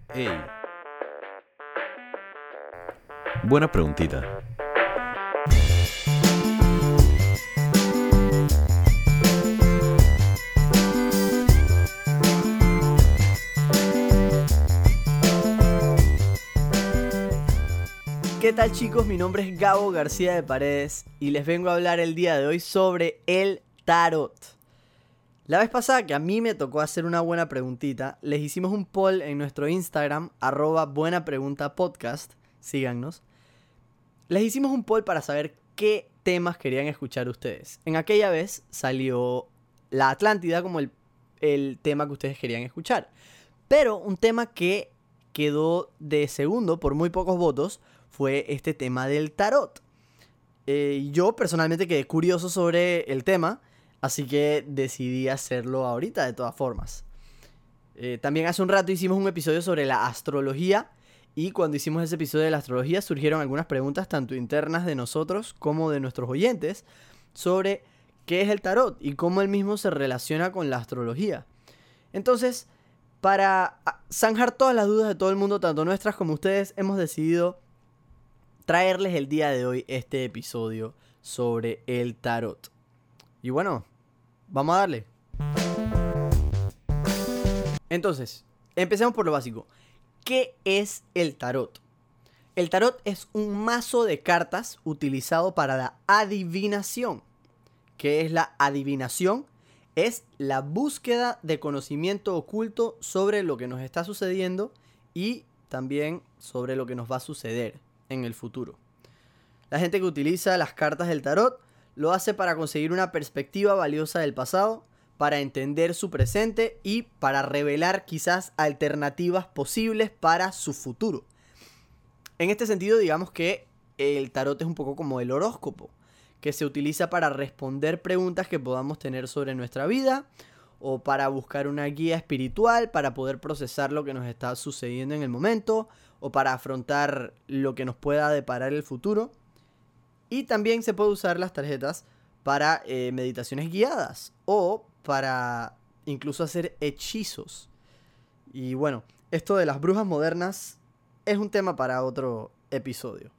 Ey, buena preguntita. ¿Qué tal, chicos? Mi nombre es Gabo García de Paredes y les vengo a hablar el día de hoy sobre el tarot. La vez pasada que a mí me tocó hacer una buena preguntita, les hicimos un poll en nuestro Instagram, @buenapreguntapodcast, síganos. Les hicimos un poll para saber qué temas querían escuchar ustedes. En aquella vez salió la Atlántida como el tema que ustedes querían escuchar. Pero un tema que quedó de segundo por muy pocos votos fue este tema del tarot. Yo personalmente quedé curioso sobre el tema, así que decidí hacerlo ahorita de todas formas. También hace un rato hicimos un episodio sobre la astrología y cuando hicimos ese episodio de la astrología surgieron algunas preguntas tanto internas de nosotros como de nuestros oyentes sobre qué es el tarot y cómo el mismo se relaciona con la astrología. Entonces, para zanjar todas las dudas de todo el mundo, tanto nuestras como ustedes, hemos decidido traerles el día de hoy este episodio sobre el tarot. Y bueno, vamos a darle. Entonces, empecemos por lo básico. ¿Qué es el tarot? El tarot es un mazo de cartas utilizado para la adivinación. ¿Qué es la adivinación? Es la búsqueda de conocimiento oculto sobre lo que nos está sucediendo y también sobre lo que nos va a suceder en el futuro. La gente que utiliza las cartas del tarot lo hace para conseguir una perspectiva valiosa del pasado, para entender su presente y para revelar quizás alternativas posibles para su futuro. En este sentido, digamos que el tarot es un poco como el horóscopo, que se utiliza para responder preguntas que podamos tener sobre nuestra vida o para buscar una guía espiritual para poder procesar lo que nos está sucediendo en el momento o para afrontar lo que nos pueda deparar el futuro. Y también se puede usar las tarjetas para meditaciones guiadas o para incluso hacer hechizos. Y bueno, esto de las brujas modernas es un tema para otro episodio.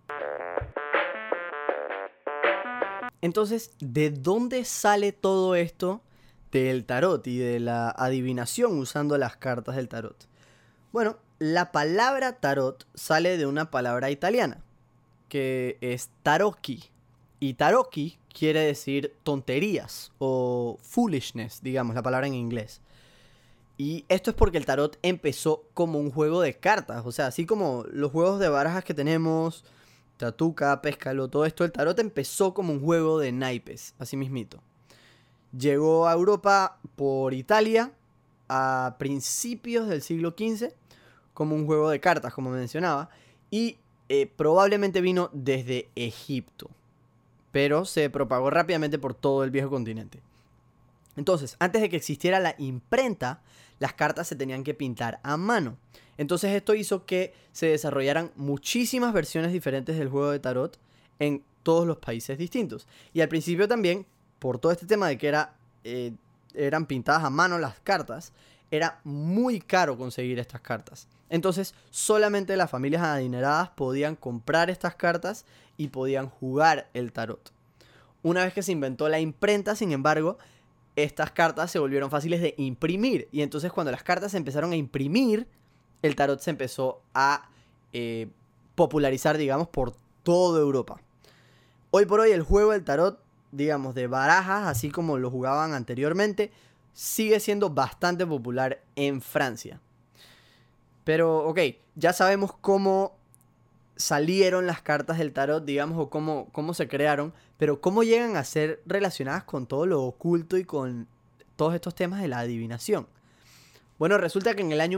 Entonces, ¿de dónde sale todo esto del tarot y de la adivinación usando las cartas del tarot? Bueno, la palabra tarot sale de una palabra italiana, que es tarocchi. Y tarocchi quiere decir tonterías o foolishness, digamos, la palabra en inglés. Y esto es porque el tarot empezó como un juego de cartas. O sea, así como los juegos de barajas que tenemos, Tatuca, Péskalo, todo esto, el tarot empezó como un juego de naipes, así mismito. Llegó a Europa por Italia a principios del siglo XV como un juego de cartas, como mencionaba. Y probablemente vino desde Egipto, pero se propagó rápidamente por todo el viejo continente. Entonces, antes de que existiera la imprenta, las cartas se tenían que pintar a mano. Entonces esto hizo que se desarrollaran muchísimas versiones diferentes del juego de tarot en todos los países distintos. Y al principio también, por todo este tema de que eran pintadas a mano las cartas, era muy caro conseguir estas cartas. Entonces solamente las familias adineradas podían comprar estas cartas y podían jugar el tarot. Una vez que se inventó la imprenta, sin embargo, estas cartas se volvieron fáciles de imprimir. Y entonces cuando las cartas se empezaron a imprimir, el tarot se empezó a popularizar, digamos, por toda Europa. Hoy por hoy el juego del tarot, digamos, de barajas, así como lo jugaban anteriormente, sigue siendo bastante popular en Francia. Pero, ok, ya sabemos cómo salieron las cartas del tarot, digamos, o cómo se crearon, pero cómo llegan a ser relacionadas con todo lo oculto y con todos estos temas de la adivinación. Bueno, resulta que en el año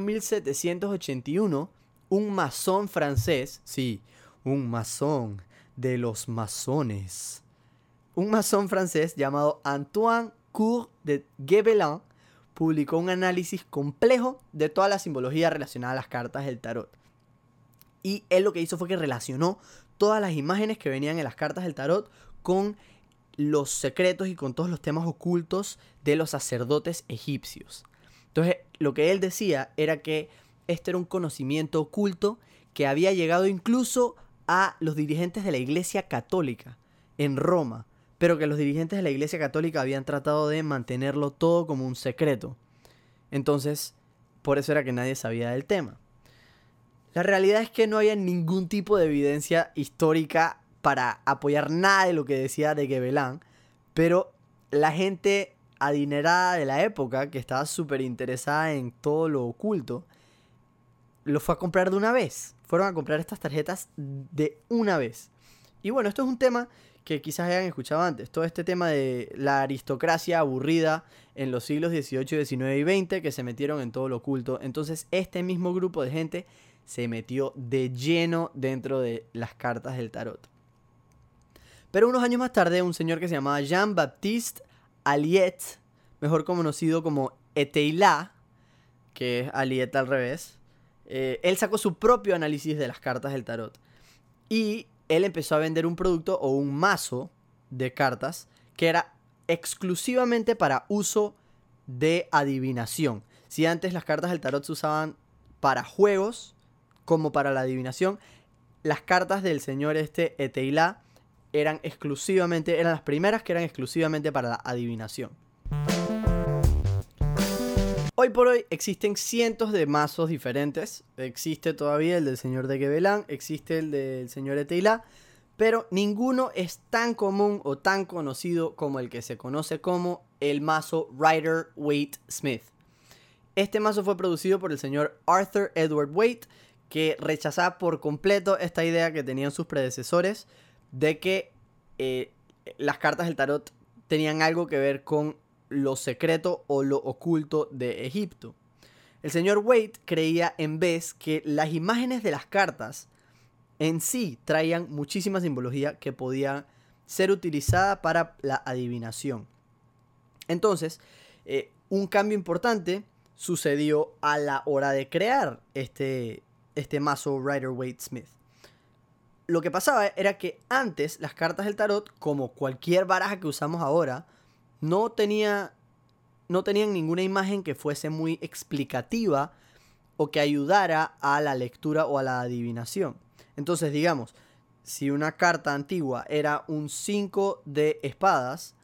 1781, un masón francés, sí, un masón de los masones, un masón francés llamado Antoine Cour de Gébelin publicó un análisis complejo de toda la simbología relacionada a las cartas del tarot. Y él lo que hizo fue que relacionó todas las imágenes que venían en las cartas del tarot con los secretos y con todos los temas ocultos de los sacerdotes egipcios. Entonces, lo que él decía era que este era un conocimiento oculto que había llegado incluso a los dirigentes de la Iglesia Católica en Roma, pero que los dirigentes de la Iglesia Católica habían tratado de mantenerlo todo como un secreto. Entonces, por eso era que nadie sabía del tema. La realidad es que no había ningún tipo de evidencia histórica para apoyar nada de lo que decía de Gebelán, pero la gente adinerada de la época, que estaba súper interesada en todo lo oculto, lo fue a comprar de una vez. Fueron a comprar estas tarjetas de una vez. Y bueno, esto es un tema que quizás hayan escuchado antes. Todo este tema de la aristocracia aburrida en los siglos XVIII, XIX y XX que se metieron en todo lo oculto. Entonces este mismo grupo de gente se metió de lleno dentro de las cartas del tarot. Pero unos años más tarde, un señor que se llamaba Jean-Baptiste Alliet, mejor conocido como Eteilá, que es Alliet al revés, él sacó su propio análisis de las cartas del tarot. Y él empezó a vender un producto o un mazo de cartas que era exclusivamente para uso de adivinación. Si antes las cartas del tarot se usaban para juegos como para la adivinación, las cartas del señor Eteilá eran las primeras que eran exclusivamente para la adivinación. Hoy por hoy existen cientos de mazos diferentes. Existe todavía el del señor de Gebelán, existe el del señor Eteilá, pero ninguno es tan común o tan conocido como el que se conoce como el mazo Rider-Waite-Smith. Este mazo fue producido por el señor Arthur Edward Waite, que rechazaba por completo esta idea que tenían sus predecesores de que las cartas del tarot tenían algo que ver con lo secreto o lo oculto de Egipto. El señor Waite creía en vez que las imágenes de las cartas en sí traían muchísima simbología que podía ser utilizada para la adivinación. Entonces, un cambio importante sucedió a la hora de crear este mazo Rider-Waite-Smith. Lo que pasaba era que antes las cartas del tarot, como cualquier baraja que usamos ahora, no tenían ninguna imagen que fuese muy explicativa o que ayudara a la lectura o a la adivinación. Entonces, digamos, si una carta antigua era un 5 de espadas,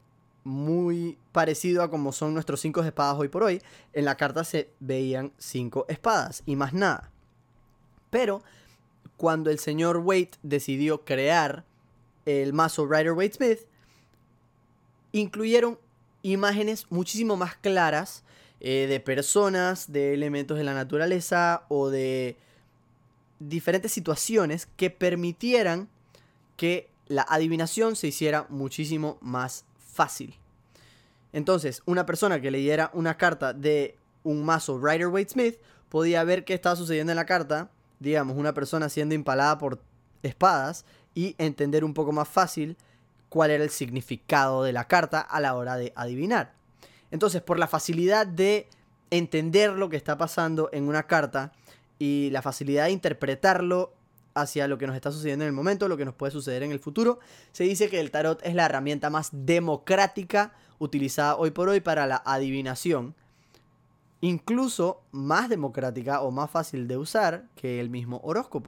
muy parecido a como son nuestros 5 de espadas hoy por hoy, en la carta se veían 5 espadas y más nada. Pero cuando el señor Waite decidió crear el mazo Rider-Waite-Smith, incluyeron imágenes muchísimo más claras de personas, de elementos de la naturaleza o de diferentes situaciones que permitieran que la adivinación se hiciera muchísimo más fácil. Entonces, una persona que leyera una carta de un mazo Rider-Waite-Smith podía ver qué estaba sucediendo en la carta, digamos, una persona siendo impalada por espadas, y entender un poco más fácil cuál era el significado de la carta a la hora de adivinar. Entonces, por la facilidad de entender lo que está pasando en una carta y la facilidad de interpretarlo hacia lo que nos está sucediendo en el momento, lo que nos puede suceder en el futuro, se dice que el tarot es la herramienta más democrática utilizada hoy por hoy para la adivinación, incluso más democrática o más fácil de usar que el mismo horóscopo.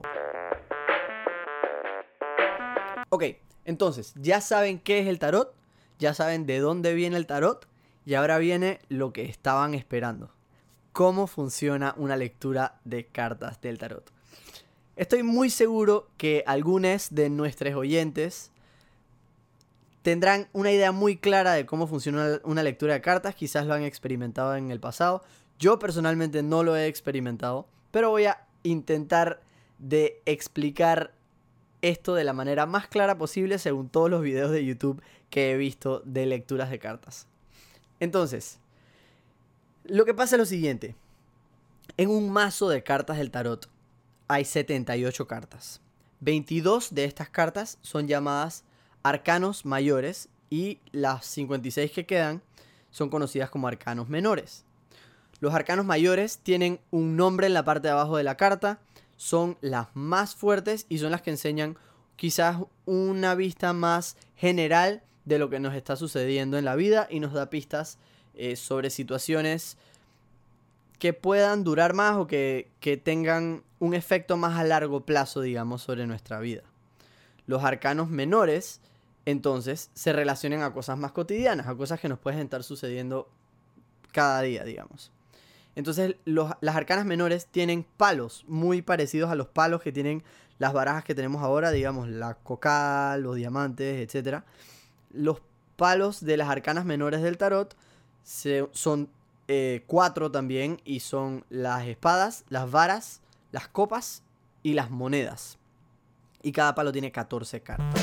Ok, entonces, ya saben qué es el tarot, ya saben de dónde viene el tarot, y ahora viene lo que estaban esperando. ¿Cómo funciona una lectura de cartas del tarot? Estoy muy seguro que algunos de nuestros oyentes tendrán una idea muy clara de cómo funciona una lectura de cartas, quizás lo han experimentado en el pasado. Yo personalmente no lo he experimentado, pero voy a intentar de explicar esto de la manera más clara posible según todos los videos de YouTube que he visto de lecturas de cartas. Entonces, lo que pasa es lo siguiente. En un mazo de cartas del tarot hay 78 cartas. 22 de estas cartas son llamadas arcanos mayores y las 56 que quedan son conocidas como arcanos menores. Los arcanos mayores tienen un nombre en la parte de abajo de la carta, son las más fuertes y son las que enseñan quizás una vista más general de lo que nos está sucediendo en la vida y nos da pistas sobre situaciones que puedan durar más o que tengan un efecto más a largo plazo, digamos, sobre nuestra vida. Los arcanos menores, entonces, se relacionan a cosas más cotidianas, a cosas que nos pueden estar sucediendo cada día, digamos. Entonces, las arcanas menores tienen palos muy parecidos a los palos que tienen las barajas que tenemos ahora, digamos, la cocada, los diamantes, etc. Los palos de las arcanas menores del tarot son 4 también, y son las espadas, las varas, las copas y las monedas. Y cada palo tiene 14 cartas.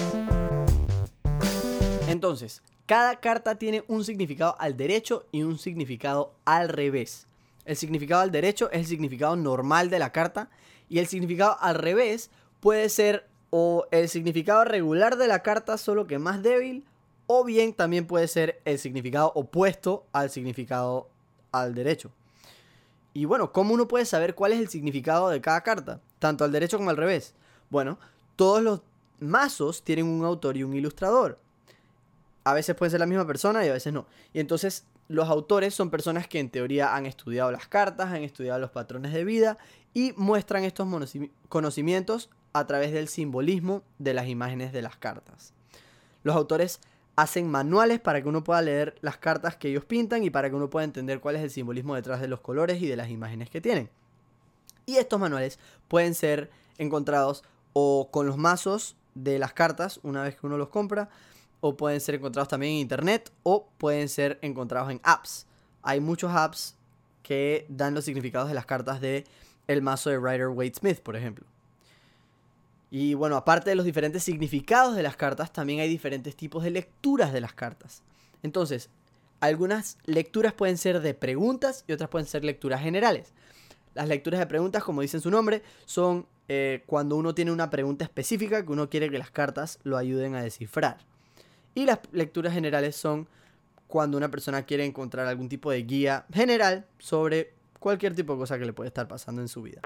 Entonces, cada carta tiene un significado al derecho y un significado al revés. El significado al derecho es el significado normal de la carta, y el significado al revés puede ser o el significado regular de la carta, solo que más débil, o bien también puede ser el significado opuesto al significado al derecho. Y bueno, ¿cómo uno puede saber cuál es el significado de cada carta? Tanto al derecho como al revés. Bueno, todos los mazos tienen un autor y un ilustrador. A veces puede ser la misma persona y a veces no. Y entonces los autores son personas que en teoría han estudiado las cartas, han estudiado los patrones de vida y muestran estos conocimientos a través del simbolismo de las imágenes de las cartas. Los autores hacen manuales para que uno pueda leer las cartas que ellos pintan y para que uno pueda entender cuál es el simbolismo detrás de los colores y de las imágenes que tienen. Y estos manuales pueden ser encontrados o con los mazos de las cartas una vez que uno los compra, o pueden ser encontrados también en internet, o pueden ser encontrados en apps. Hay muchos apps que dan los significados de las cartas de el mazo de Rider-Waite-Smith, por ejemplo. Y bueno, aparte de los diferentes significados de las cartas, también hay diferentes tipos de lecturas de las cartas. Entonces, algunas lecturas pueden ser de preguntas y otras pueden ser lecturas generales. Las lecturas de preguntas, como dicen su nombre, son cuando uno tiene una pregunta específica que uno quiere que las cartas lo ayuden a descifrar. Y las lecturas generales son cuando una persona quiere encontrar algún tipo de guía general sobre cualquier tipo de cosa que le puede estar pasando en su vida.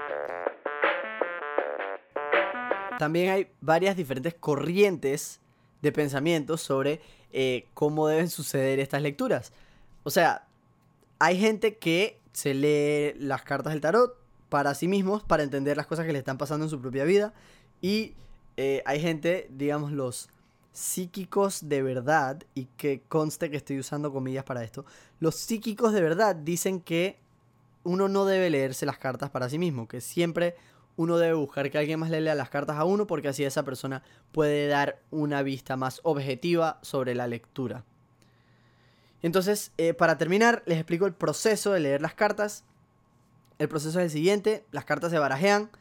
También hay varias diferentes corrientes de pensamiento sobre cómo deben suceder estas lecturas. O sea, hay gente que se lee las cartas del tarot para sí mismos, para entender las cosas que le están pasando en su propia vida. Y hay gente, digamos, los psíquicos de verdad, y que conste que estoy usando comillas para esto. Los psíquicos de verdad dicen que uno no debe leerse las cartas para sí mismo, que siempre uno debe buscar que alguien más le lea las cartas a uno, porque así esa persona puede dar una vista más objetiva sobre la lectura. Entonces, para terminar, les explico el proceso de leer las cartas. El proceso es el siguiente: las cartas se barajean,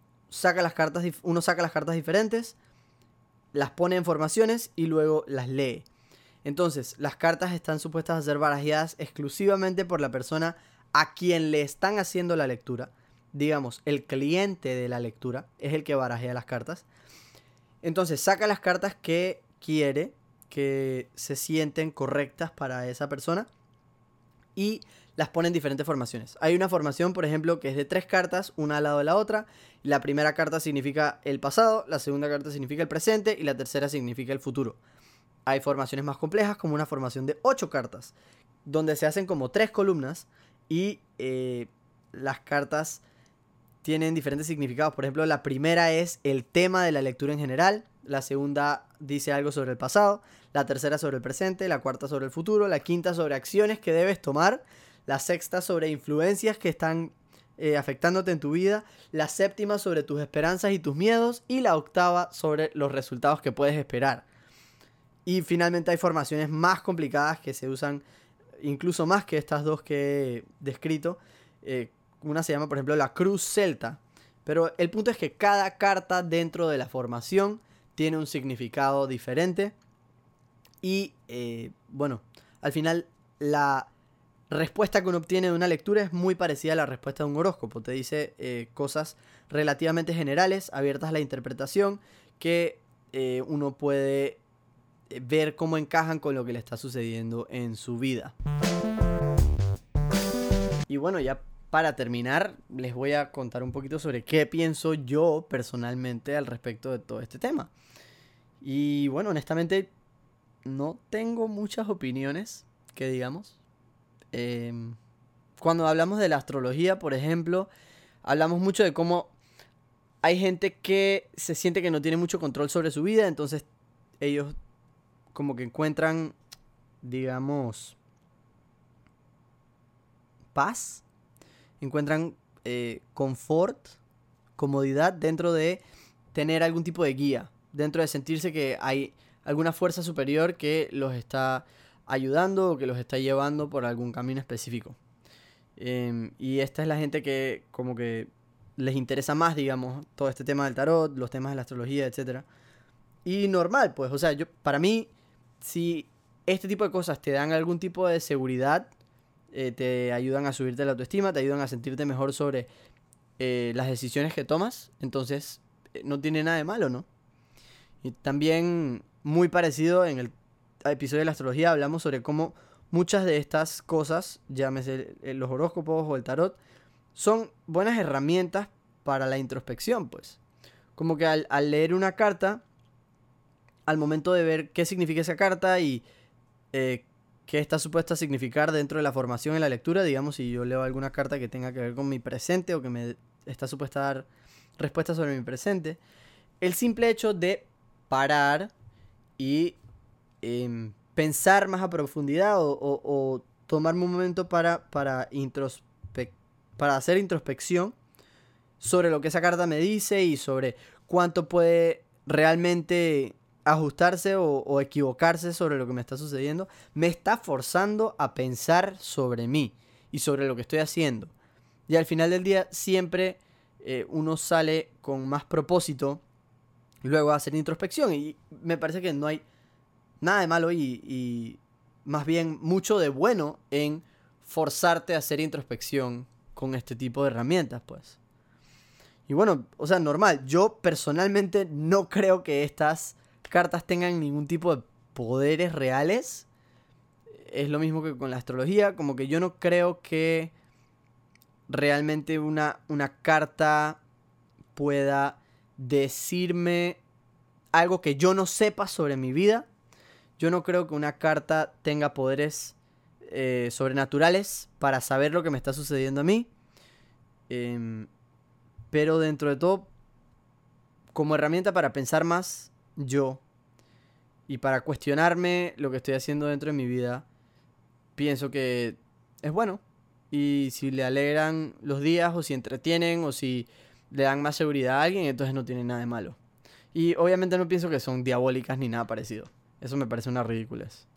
uno saca las cartas diferentes, las pone en formaciones y luego las lee. Entonces, las cartas están supuestas a ser barajeadas exclusivamente por la persona a quien le están haciendo la lectura. Digamos, el cliente de la lectura es el que barajea las cartas. Entonces, saca las cartas que quiere, que se sienten correctas para esa persona, y las pone en diferentes formaciones. Hay una formación, por ejemplo, que es de 3 cartas, una al lado de la otra. La primera carta significa el pasado, la segunda carta significa el presente y la tercera significa el futuro. Hay formaciones más complejas, como una formación de 8 cartas, donde se hacen como 3 columnas y las cartas tienen diferentes significados. Por ejemplo, la primera es el tema de la lectura en general, la segunda dice algo sobre el pasado, la tercera sobre el presente, la cuarta sobre el futuro, la quinta sobre acciones que debes tomar, la sexta sobre influencias que están afectándote en tu vida, la séptima sobre tus esperanzas y tus miedos, y la octava sobre los resultados que puedes esperar. Y finalmente hay formaciones más complicadas que se usan incluso más que estas dos que he descrito. Una se llama, por ejemplo, la cruz celta. Pero el punto es que cada carta dentro de la formación tiene un significado diferente. Y bueno, al final la respuesta que uno obtiene de una lectura es muy parecida a la respuesta de un horóscopo. Te dice cosas relativamente generales, abiertas a la interpretación, que uno puede ver cómo encajan con lo que le está sucediendo en su vida. Y bueno, ya para terminar, les voy a contar un poquito sobre qué pienso yo personalmente al respecto de todo este tema. Y bueno, honestamente, no tengo muchas opiniones, que digamos. cuando hablamos de la astrología, por ejemplo, hablamos mucho de cómo hay gente que se siente que no tiene mucho control sobre su vida, entonces ellos como que encuentran, digamos, paz, encuentran confort, comodidad dentro de tener algún tipo de guía, dentro de sentirse que hay alguna fuerza superior que los está ayudando o que los está llevando por algún camino específico. Y esta es la gente que como que les interesa más, digamos, todo este tema del tarot, los temas de la astrología, etc. Y normal, pues, o sea, para mí, si este tipo de cosas te dan algún tipo de seguridad, te ayudan a subirte la autoestima, te ayudan a sentirte mejor sobre las decisiones que tomas, entonces no tiene nada de malo, ¿no? Y también, muy parecido, en el episodio de la astrología hablamos sobre cómo muchas de estas cosas, llámese los horóscopos o el tarot, son buenas herramientas para la introspección, pues. Como que al leer una carta, al momento de ver qué significa esa carta y qué está supuesta a significar dentro de la formación y la lectura, digamos, si yo leo alguna carta que tenga que ver con mi presente o que me está supuesta a dar respuestas sobre mi presente, el simple hecho de parar y pensar más a profundidad o tomarme un momento para hacer introspección sobre lo que esa carta me dice y sobre cuánto puede realmente ajustarse o equivocarse sobre lo que me está sucediendo, me está forzando a pensar sobre mí y sobre lo que estoy haciendo. Y al final del día siempre uno sale con más propósito luego a hacer introspección. Y me parece que no hay nada de malo y más bien mucho de bueno en forzarte a hacer introspección con este tipo de herramientas, pues. Y bueno, o sea, normal. Yo personalmente no creo que estas cartas tengan ningún tipo de poderes reales. Es lo mismo que con la astrología. Como que yo no creo que realmente una carta pueda decirme algo que yo no sepa sobre mi vida. Yo no creo que una carta tenga poderes sobrenaturales para saber lo que me está sucediendo a mí. Pero dentro de todo, como herramienta para pensar más yo y para cuestionarme lo que estoy haciendo dentro de mi vida, pienso que es bueno. Y si le alegran los días o si entretienen o si le dan más seguridad a alguien, entonces no tiene nada de malo. Y obviamente no pienso que son diabólicas ni nada parecido. Eso me parece una ridiculez.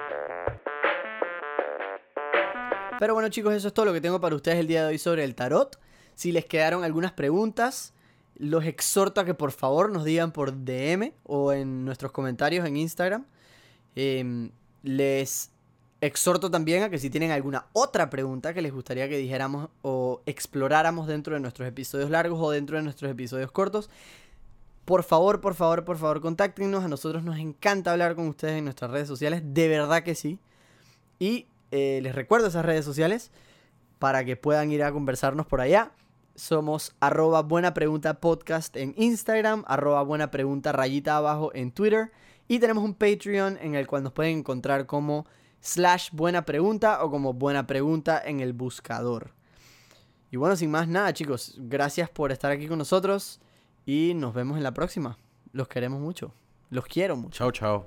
Pero bueno, chicos, eso es todo lo que tengo para ustedes el día de hoy sobre el tarot. Si les quedaron algunas preguntas, los exhorto a que por favor nos digan por DM o en nuestros comentarios en Instagram. Les exhorto también a que si tienen alguna otra pregunta que les gustaría que dijéramos o exploráramos dentro de nuestros episodios largos o dentro de nuestros episodios cortos, por favor, contáctenos. A nosotros nos encanta hablar con ustedes en nuestras redes sociales, de verdad que sí. Y les recuerdo esas redes sociales para que puedan ir a conversarnos por allá. Somos @buenapreguntapodcast en Instagram, @buenapregunta_abajo en Twitter. Y tenemos un Patreon en el cual nos pueden encontrar como /buenapregunta o como Buena Pregunta en el buscador. Y bueno, sin más nada, chicos, gracias por estar aquí con nosotros y nos vemos en la próxima. Los queremos mucho. Los quiero mucho. Chao, chao.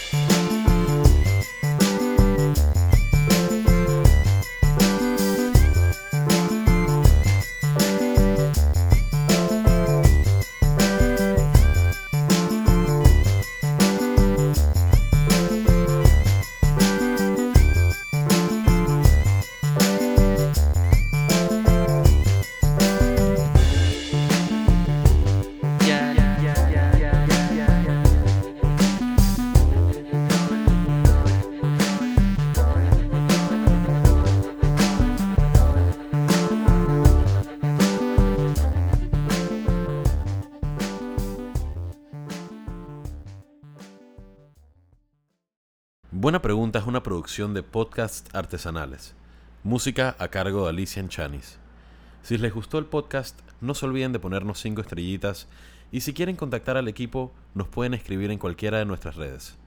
Buena Pregunta es una producción de podcasts artesanales. Música a cargo de Alicia Enchanis. Si les gustó el podcast, no se olviden de ponernos 5 estrellitas y si quieren contactar al equipo, nos pueden escribir en cualquiera de nuestras redes.